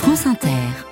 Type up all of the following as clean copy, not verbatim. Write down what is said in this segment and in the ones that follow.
France Inter.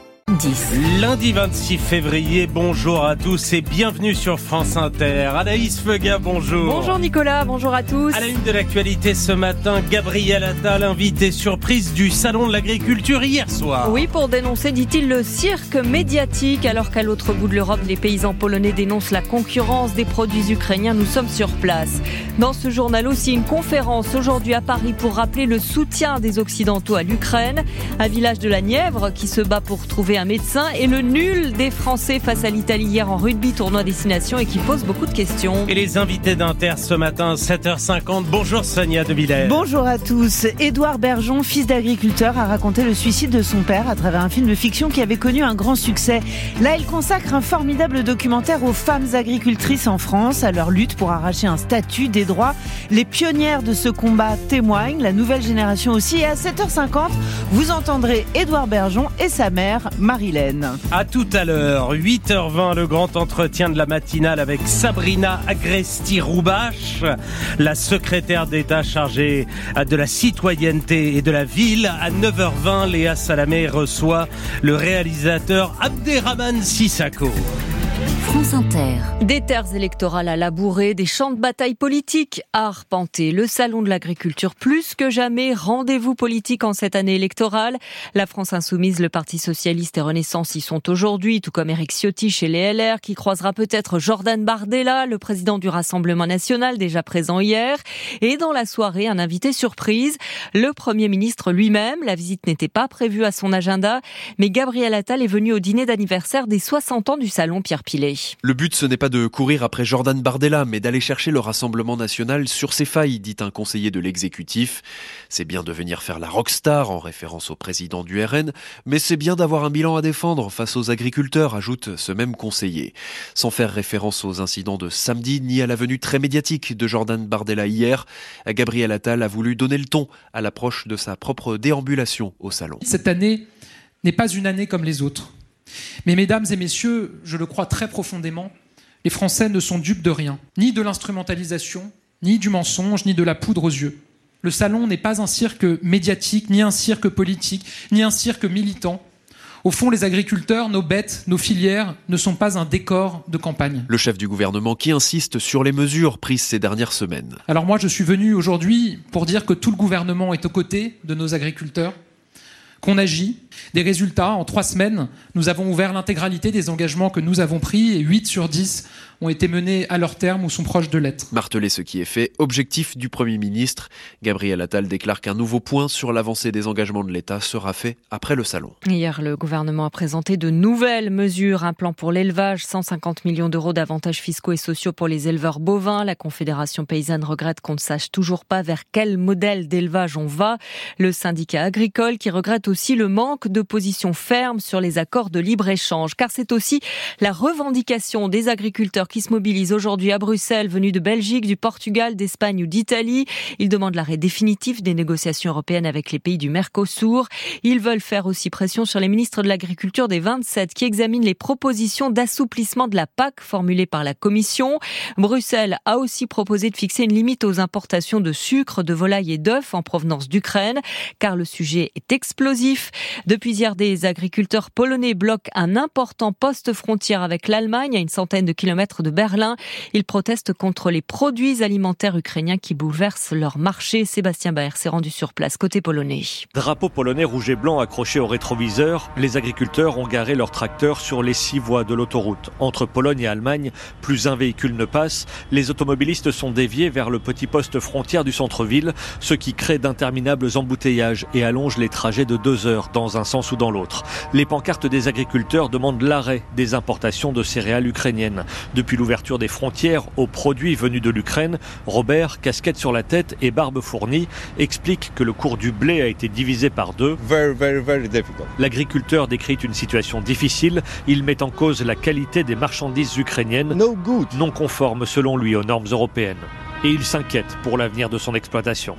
10. Lundi 26 février, bonjour à tous et bienvenue sur France Inter. Anaïs Feuga, bonjour. Bonjour Nicolas, bonjour à tous. À la une de l'actualité ce matin, Gabriel Attal, invité surprise du Salon de l'Agriculture hier soir. Oui, pour dénoncer, dit-il, le cirque médiatique. Alors qu'à l'autre bout de l'Europe, les paysans polonais dénoncent la concurrence des produits ukrainiens, nous sommes sur place. Dans ce journal aussi, une conférence aujourd'hui à Paris pour rappeler le soutien des Occidentaux à l'Ukraine. Un village de la Nièvre qui se bat pour trouver un médecin et le nul des Français face à l'Italie hier en rugby, tournoi destination, et qui pose beaucoup de questions. Et les invités d'Inter ce matin, 7h50. Bonjour Sonia De Villers. Bonjour à tous. Édouard Bergeon, fils d'agriculteur, a raconté le suicide de son père à travers un film de fiction qui avait connu un grand succès. Là, il consacre un formidable documentaire aux femmes agricultrices en France, à leur lutte pour arracher un statut, des droits. Les pionnières de ce combat témoignent, la nouvelle génération aussi. Et à 7h50, vous entendrez Édouard Bergeon et sa mère, Marilène. À tout à l'heure, 8h20, le grand entretien de la matinale avec Sabrina Agresti-Roubache, la secrétaire d'État chargée de la citoyenneté et de la ville. À 9h20, Léa Salamé reçoit le réalisateur Abderrahmane Sissako. France Inter. Des terres électorales à labourer, des champs de bataille politiques à arpenter. Le salon de l'agriculture, plus que jamais, rendez-vous politique en cette année électorale. La France Insoumise, le Parti Socialiste et Renaissance y sont aujourd'hui, tout comme Éric Ciotti chez les LR, qui croisera peut-être Jordan Bardella, le président du Rassemblement National, déjà présent hier. Et dans la soirée, un invité surprise, le Premier ministre lui-même. La visite n'était pas prévue à son agenda, mais Gabriel Attal est venu au dîner d'anniversaire des 60 ans du salon Pierre Pilet. Le but, ce n'est pas de courir après Jordan Bardella, mais d'aller chercher le Rassemblement national sur ses failles, dit un conseiller de l'exécutif. C'est bien de venir faire la rockstar, en référence au président du RN, mais c'est bien d'avoir un bilan à défendre face aux agriculteurs, ajoute ce même conseiller. Sans faire référence aux incidents de samedi, ni à la venue très médiatique de Jordan Bardella hier, Gabriel Attal a voulu donner le ton à l'approche de sa propre déambulation au salon. Cette année n'est pas une année comme les autres. Mais mesdames et messieurs, je le crois très profondément, les Français ne sont dupes de rien, ni de l'instrumentalisation, ni du mensonge, ni de la poudre aux yeux. Le salon n'est pas un cirque médiatique, ni un cirque politique, ni un cirque militant. Au fond, les agriculteurs, nos bêtes, nos filières ne sont pas un décor de campagne. Le chef du gouvernement qui insiste sur les mesures prises ces dernières semaines. Alors moi, je suis venu aujourd'hui pour dire que tout le gouvernement est aux côtés de nos agriculteurs, qu'on agit. Des résultats, en 3 semaines, nous avons ouvert l'intégralité des engagements que nous avons pris et 8 sur 10 ont été menés à leur terme ou sont proches de l'être. Marteler ce qui est fait, objectif du Premier ministre. Gabriel Attal déclare qu'un nouveau point sur l'avancée des engagements de l'État sera fait après le salon. Hier, le gouvernement a présenté de nouvelles mesures. Un plan pour l'élevage, 150 millions d'euros d'avantages fiscaux et sociaux pour les éleveurs bovins. La Confédération paysanne regrette qu'on ne sache toujours pas vers quel modèle d'élevage on va. Le syndicat agricole qui regrette aussi le manque de position ferme sur les accords de libre-échange. Car c'est aussi la revendication des agriculteurs qui se mobilisent aujourd'hui à Bruxelles, venus de Belgique, du Portugal, d'Espagne ou d'Italie. Ils demandent l'arrêt définitif des négociations européennes avec les pays du Mercosur. Ils veulent faire aussi pression sur les ministres de l'Agriculture des 27 qui examinent les propositions d'assouplissement de la PAC formulées par la Commission. Bruxelles a aussi proposé de fixer une limite aux importations de sucre, de volaille et d'œufs en provenance d'Ukraine, car le sujet est explosif. Depuis hier, des agriculteurs polonais bloquent un important poste frontière avec l'Allemagne à une centaine de kilomètres de Berlin. Ils protestent contre les produits alimentaires ukrainiens qui bouleversent leur marché. Sébastien Baer s'est rendu sur place côté polonais. Drapeau polonais rouge et blanc accroché au rétroviseur, les agriculteurs ont garé leurs tracteurs sur les 6 voies de l'autoroute. Entre Pologne et Allemagne, plus un véhicule ne passe. Les automobilistes sont déviés vers le petit poste frontière du centre-ville, ce qui crée d'interminables embouteillages et allonge les trajets de 2 heures dans un sens ou dans l'autre. Les pancartes des agriculteurs demandent l'arrêt des importations de céréales ukrainiennes. Depuis l'ouverture des frontières aux produits venus de l'Ukraine, Robert, casquette sur la tête et barbe fournie, explique que le cours du blé a été divisé par 2. L'agriculteur décrit une situation difficile. Il met en cause la qualité des marchandises ukrainiennes, non conformes selon lui aux normes européennes. et il s'inquiète pour l'avenir de son exploitation.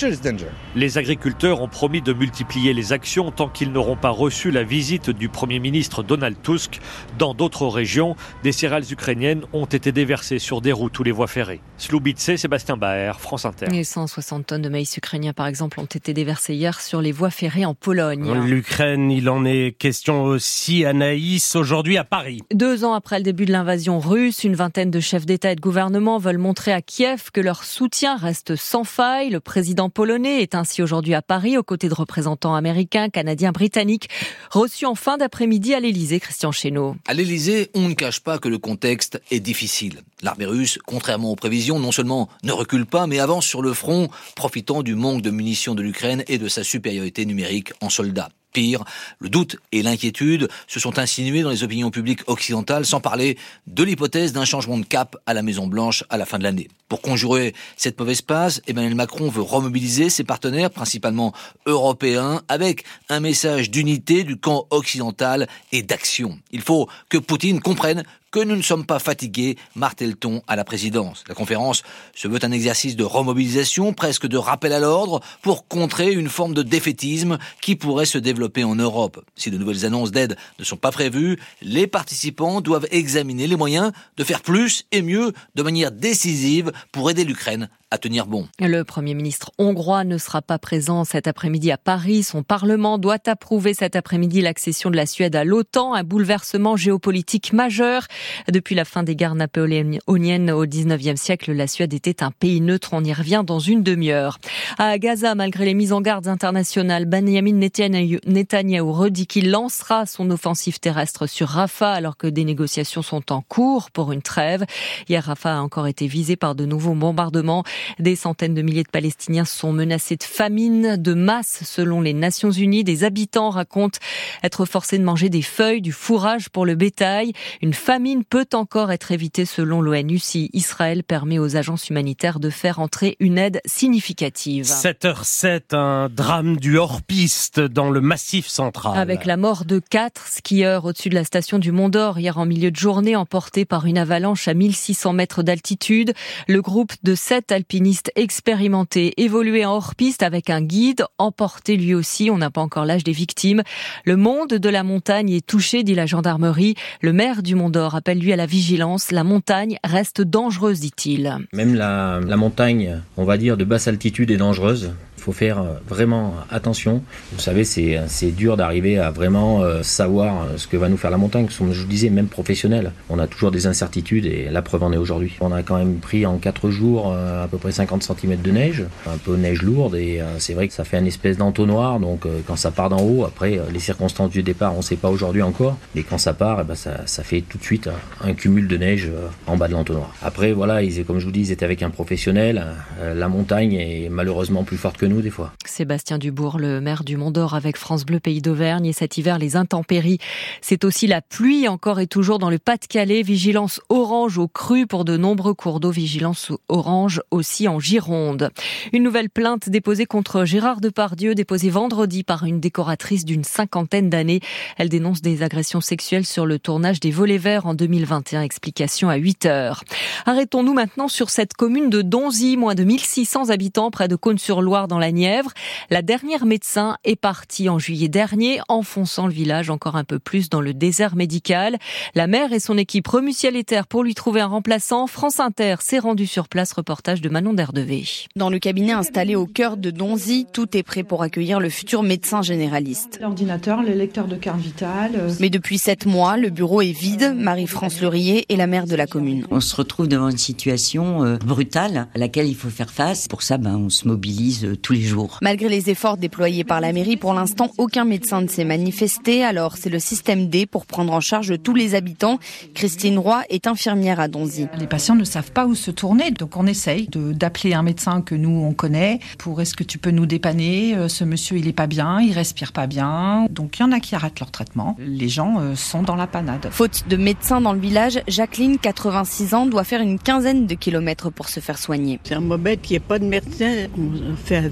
Les agriculteurs ont promis de multiplier les actions tant qu'ils n'auront pas reçu la visite du Premier ministre Donald Tusk. Dans d'autres régions, des céréales ukrainiennes ont été déversées sur des routes ou les voies ferrées. Sloubitse, Sébastien Baer, France Inter. Et 160 tonnes de maïs ukrainien, par exemple, ont été déversées hier sur les voies ferrées en Pologne. L'Ukraine, il en est question aussi, Anaïs, aujourd'hui à Paris. 2 ans après le début de l'invasion russe, une vingtaine de chefs d'État et de gouvernement veulent montrer à Kiev que leur soutien reste sans faille. Le président polonais est ainsi aujourd'hui à Paris, aux côtés de représentants américains, canadiens, britanniques, reçus en fin d'après-midi à l'Élysée. Christian Chesneau. À l'Élysée, on ne cache pas que le contexte est difficile. L'armée russe, contrairement aux prévisions, non seulement ne recule pas, mais avance sur le front, profitant du manque de munitions de l'Ukraine et de sa supériorité numérique en soldats. Pire, le doute et l'inquiétude se sont insinués dans les opinions publiques occidentales, sans parler de l'hypothèse d'un changement de cap à la Maison-Blanche à la fin de l'année. Pour conjurer cette mauvaise passe, Emmanuel Macron veut remobiliser ses partenaires, principalement européens, avec un message d'unité du camp occidental et d'action. Il faut que Poutine comprenne que nous ne sommes pas fatigués, martèle-t-on à la présidence. La conférence se veut un exercice de remobilisation, presque de rappel à l'ordre, pour contrer une forme de défaitisme qui pourrait se développer en Europe. Si de nouvelles annonces d'aide ne sont pas prévues, les participants doivent examiner les moyens de faire plus et mieux de manière décisive pour aider l'Ukraine à tenir bon. Le Premier ministre hongrois ne sera pas présent cet après-midi à Paris. Son Parlement doit approuver cet après-midi l'accession de la Suède à l'OTAN, un bouleversement géopolitique majeur. Depuis la fin des guerres napoléoniennes au XIXe siècle, la Suède était un pays neutre. On y revient dans une demi-heure. À Gaza, malgré les mises en garde internationales, Benjamin Netanyahou redit qu'il lancera son offensive terrestre sur Rafah alors que des négociations sont en cours pour une trêve. Hier, Rafah a encore été visé par de nouveaux bombardements. Des centaines de milliers de Palestiniens sont menacés de famine de masse selon les Nations Unies. Des habitants racontent être forcés de manger des feuilles, du fourrage pour le bétail. Une famine peut encore être évitée selon l'ONU si Israël permet aux agences humanitaires de faire entrer une aide significative. 7h07, un drame du hors-piste dans le Massif central. Avec la mort de 4 skieurs au-dessus de la station du Mont d'Or hier en milieu de journée, emportés par une avalanche à 1600 mètres d'altitude. Le groupe de 7 alpinistes expérimentés évolué en hors-piste avec un guide, emporté lui aussi. On n'a pas encore l'âge des victimes. Le monde de la montagne est touché, dit la gendarmerie. Le maire du Mont d'Or appelle lui à la vigilance. La montagne reste dangereuse, dit-il. Même la montagne, on va dire, de basse altitude est dangereuse. Il faut faire vraiment attention. Vous savez, c'est dur d'arriver à vraiment savoir ce que va nous faire la montagne. Comme je vous disais, même professionnel, on a toujours des incertitudes et la preuve en est aujourd'hui. On a quand même pris en 4 jours à peu près 50 cm de neige, un peu neige lourde et c'est vrai que ça fait une espèce d'entonnoir. Donc quand ça part d'en haut, après les circonstances du départ, on ne sait pas aujourd'hui encore. Mais quand ça part, ça fait tout de suite un cumul de neige en bas de l'entonnoir. Après voilà, comme je vous dis, ils étaient avec un professionnel. La montagne est malheureusement plus forte que nous des fois. Sébastien Dubourg, le maire du Mont d'Or avec France Bleu Pays d'Auvergne. Et cet hiver, les intempéries, c'est aussi la pluie encore et toujours dans le Pas-de-Calais. Vigilance orange aux crues pour de nombreux cours d'eau. Vigilance orange aussi en Gironde. Une nouvelle plainte déposée contre Gérard Depardieu, déposée vendredi par une décoratrice d'une 50aine d'années. Elle dénonce des agressions sexuelles sur le tournage des Volets Verts en 2021. Explication à 8h. Arrêtons-nous maintenant sur cette commune de Donzy, moins de 1600 habitants près de Cosne-sur-Loire dans la Nièvre. La dernière médecin est partie en juillet dernier, enfonçant le village encore un peu plus dans le désert médical. La maire et son équipe remuent ciel et terre pour lui trouver un remplaçant. France Inter s'est rendue sur place, reportage de Manon Derdevé. Dans le cabinet installé au cœur de Donzy, tout est prêt pour accueillir le futur médecin généraliste. L'ordinateur, le lecteur de carte vitale. Mais depuis 7 mois, le bureau est vide. Marie-France Lerillet est la maire de la commune. On se retrouve devant une situation brutale à laquelle il faut faire face. Pour ça, on se mobilise tous les jours. Malgré les efforts déployés par la mairie, pour l'instant, aucun médecin ne s'est manifesté. Alors, c'est le système D pour prendre en charge tous les habitants. Christine Roy est infirmière à Donzy. Les patients ne savent pas où se tourner, donc on essaye d'appeler un médecin que nous, on connaît pour est-ce que tu peux nous dépanner, ce monsieur, il est pas bien, il respire pas bien. Donc, il y en a qui arrêtent leur traitement. Les gens sont dans la panade. Faute de médecin dans le village, Jacqueline, 86 ans, doit faire une quinzaine de kilomètres pour se faire soigner. C'est un m'embête qu'il n'y ait pas de médecin, on fait avec.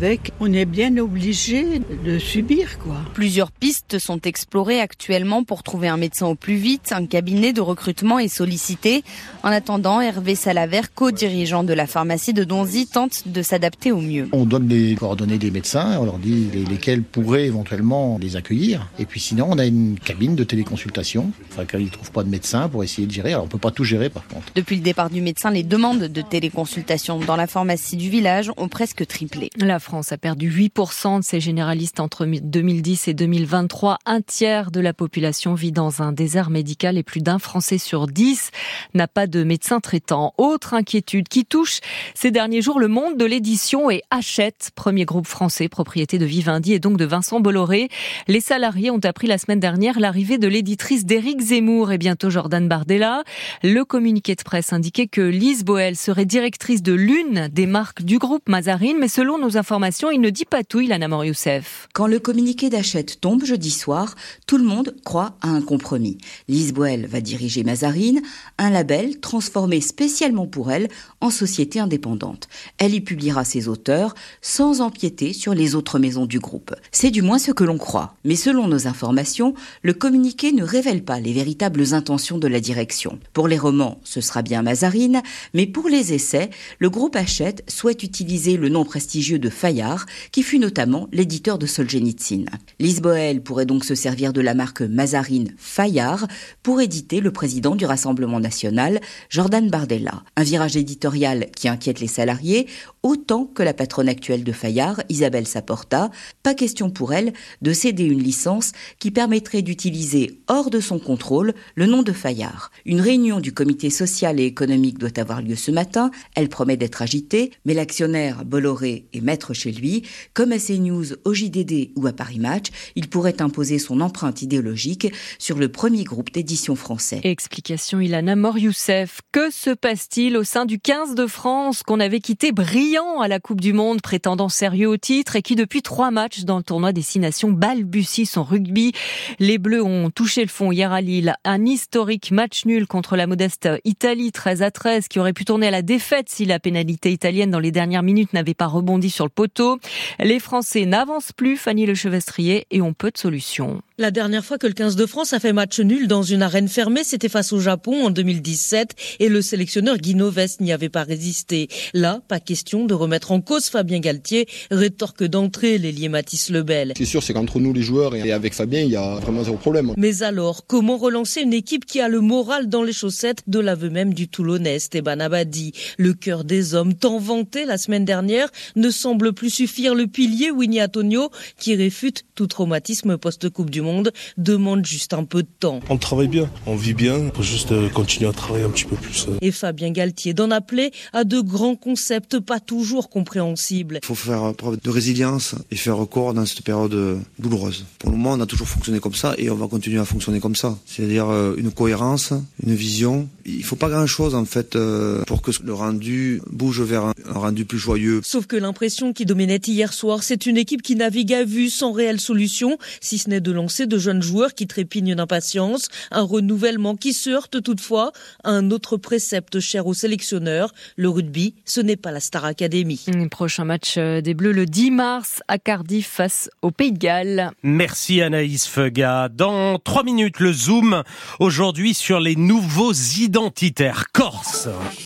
vrai qu'on est bien obligé de subir, quoi. Plusieurs pistes sont explorées actuellement pour trouver un médecin au plus vite. Un cabinet de recrutement est sollicité. En attendant, Hervé Salavert, co-dirigeant de la pharmacie de Donzy, tente de s'adapter au mieux. On donne les coordonnées des médecins, on leur dit lesquels pourraient éventuellement les accueillir. Et puis sinon, on a une cabine de téléconsultation, enfin qu'ils ne trouvent pas de médecin pour essayer de gérer. Alors on ne peut pas tout gérer par contre. Depuis le départ du médecin, les demandes de téléconsultation dans la pharmacie du village ont presque triplé. La France a perdu 8% de ses généralistes entre 2010 et 2023. Un tiers de la population vit dans un désert médical et plus d'un Français sur 10 n'a pas de médecin traitant. Autre inquiétude qui touche ces derniers jours le monde de l'édition et Hachette, premier groupe français, propriété de Vivendi et donc de Vincent Bolloré. Les salariés ont appris la semaine dernière l'arrivée de l'éditrice d'Éric Zemmour et bientôt Jordan Bardella. Le communiqué de presse indiquait que Lise Boel serait directrice de l'une des marques du groupe Mazarine, mais selon nos informations, il ne dit pas tout, Ilana Mor-Youssef. Quand le communiqué d'Hachette tombe jeudi soir, tout le monde croit à un compromis. Lise Boel va diriger Mazarine, un label transformé spécialement pour elle en société indépendante. Elle y publiera ses auteurs sans empiéter sur les autres maisons du groupe. C'est du moins ce que l'on croit. Mais selon nos informations, le communiqué ne révèle pas les véritables intentions de la direction. Pour les romans, ce sera bien Mazarine, mais pour les essais, le groupe Hachette souhaite utiliser le nom prestigieux de Fayard, qui fut notamment l'éditeur de Solzhenitsyn. Lise Boel pourrait donc se servir de la marque Mazarine Fayard pour éditer le président du Rassemblement national, Jordan Bardella. Un virage éditorial qui inquiète les salariés, autant que la patronne actuelle de Fayard, Isabelle Saporta. Pas question pour elle de céder une licence qui permettrait d'utiliser hors de son contrôle le nom de Fayard. Une réunion du comité social et économique doit avoir lieu ce matin. Elle promet d'être agitée, mais l'actionnaire Bolloré est maître chez lui. Comme à CNews, au JDD ou à Paris Match, il pourrait imposer son empreinte idéologique sur le premier groupe d'édition français. Explication Ilana Mor-Youssef. Que se passe-t-il au sein du 15 de France qu'on avait quitté brillant à la Coupe du Monde, prétendant sérieux au titre et qui depuis 3 matchs dans le tournoi des 6 nations balbutie son rugby. Les Bleus ont touché le fond hier à Lille. Un historique match nul contre la modeste Italie 13-13 qui aurait pu tourner à la défaite si la pénalité italienne dans les dernières minutes n'avait pas rebondi sur le poteau. Les Français n'avancent plus, Fanny Lechevestrier, et ont peu de solutions. La dernière fois que le 15 de France a fait match nul dans une arène fermée, c'était face au Japon en 2017 et le sélectionneur Guy Novès n'y avait pas résisté. Là, pas question de remettre en cause Fabien Galtier, rétorque d'entrée l'ailier Mathis Lebel. C'est sûr, c'est qu'entre nous les joueurs et avec Fabien, il y a vraiment zéro problème. Mais alors, comment relancer une équipe qui a le moral dans les chaussettes, de l'aveu même du Toulonnais Esteban Abadi? Le cœur des hommes, tant vanté la semaine dernière, ne semble plus suffire. Le pilier Winnie Antonio, qui réfute tout traumatisme post-Coupe du Monde, demande juste un peu de temps. On travaille bien, on vit bien, il faut juste continuer à travailler un petit peu plus. Et Fabien Galtier d'en appeler à de grands concepts pas toujours compréhensibles. Il faut faire preuve de résilience et faire recours dans cette période douloureuse. Pour le moment, on a toujours fonctionné comme ça et on va continuer à fonctionner comme ça. C'est-à-dire une cohérence, une vision. Il ne faut pas grand-chose en fait pour que le rendu bouge vers un rendu plus joyeux. Sauf que l'impression qui dominait hier soir, c'est une équipe qui navigue à vue sans réelle solution, si ce n'est de lancer de jeunes joueurs qui trépignent d'impatience, un renouvellement qui se heurte toutefois à un autre précepte cher aux sélectionneurs. Le rugby, ce n'est pas la Star Academy. Prochain match des Bleus le 10 mars à Cardiff face au Pays de Galles. Merci Anaïs Feuga. Dans 3 minutes, le zoom aujourd'hui sur les nouveaux identitaires corses.